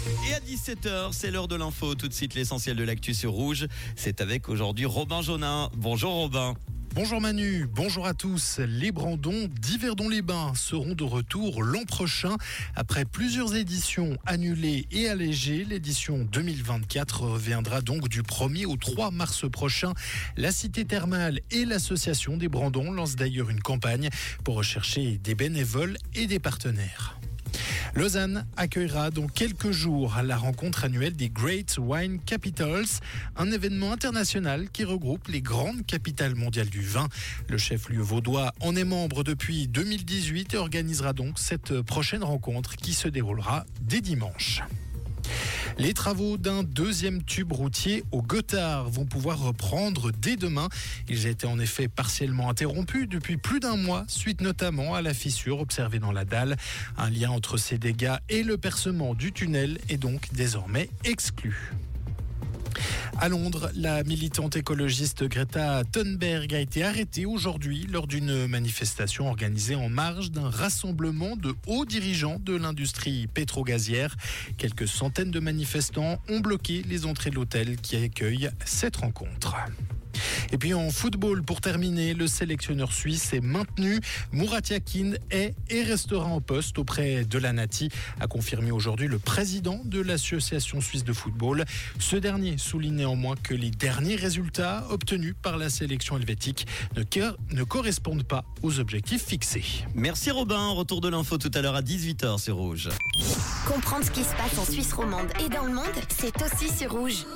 Et à 17h, c'est l'heure de l'info. Tout de suite, l'essentiel de l'actu sur Rouge. C'est avec aujourd'hui Robin Jaunin. Bonjour Robin. Bonjour Manu, bonjour à tous. Les Brandons d'Yverdon-les-Bains seront de retour l'an prochain. Après plusieurs éditions annulées et allégées, l'édition 2024 reviendra donc du 1er au 3 mars prochain. La Cité Thermale et l'Association des Brandons lancent d'ailleurs une campagne pour rechercher des bénévoles et des partenaires. Lausanne accueillera dans quelques jours la rencontre annuelle des Great Wine Capitals, un événement international qui regroupe les grandes capitales mondiales du vin. Le chef-lieu vaudois en est membre depuis 2018 et organisera donc cette prochaine rencontre qui se déroulera dès dimanche. Les travaux d'un deuxième tube routier au Gothard vont pouvoir reprendre dès demain. Ils étaient en effet partiellement interrompus depuis plus d'un mois, suite notamment à la fissure observée dans la dalle. Un lien entre ces dégâts et le percement du tunnel est donc désormais exclu. À Londres, la militante écologiste Greta Thunberg a été arrêtée aujourd'hui lors d'une manifestation organisée en marge d'un rassemblement de hauts dirigeants de l'industrie pétro-gazière. Quelques centaines de manifestants ont bloqué les entrées de l'hôtel qui accueille cette rencontre. Et puis en football, pour terminer, le sélectionneur suisse est maintenu. Murat Yakin est et restera en poste auprès de la Nati, a confirmé aujourd'hui le président de l'association suisse de football. Ce dernier souligne néanmoins que les derniers résultats obtenus par la sélection helvétique ne correspondent pas aux objectifs fixés. Merci Robin, retour de l'info tout à l'heure à 18h sur Rouge. Comprendre ce qui se passe en Suisse romande et dans le monde, c'est aussi sur Rouge.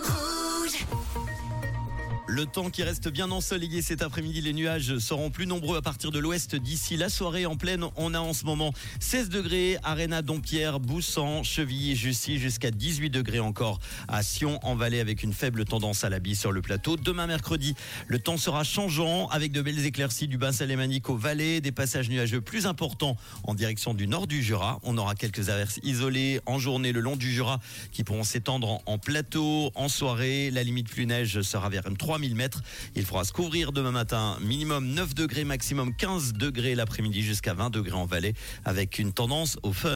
Le temps qui reste bien ensoleillé cet après-midi, les nuages seront plus nombreux à partir de l'ouest d'ici la soirée en pleine. On a en ce moment 16 degrés, Aréna, Dompierre, Boussan, Chevilly, Jussy, jusqu'à 18 degrés encore à Sion en Valais avec une faible tendance à la bise sur le plateau. Demain mercredi, le temps sera changeant avec de belles éclaircies du bassin lémanique au Valais, des passages nuageux plus importants en direction du nord du Jura. On aura quelques averses isolées en journée le long du Jura qui pourront s'étendre en plateau. En soirée, la limite pluie-neige sera vers 3000 mètres. Il faudra se couvrir demain matin. Minimum 9 degrés, maximum 15 degrés l'après-midi jusqu'à 20 degrés en Valais avec une tendance au feu.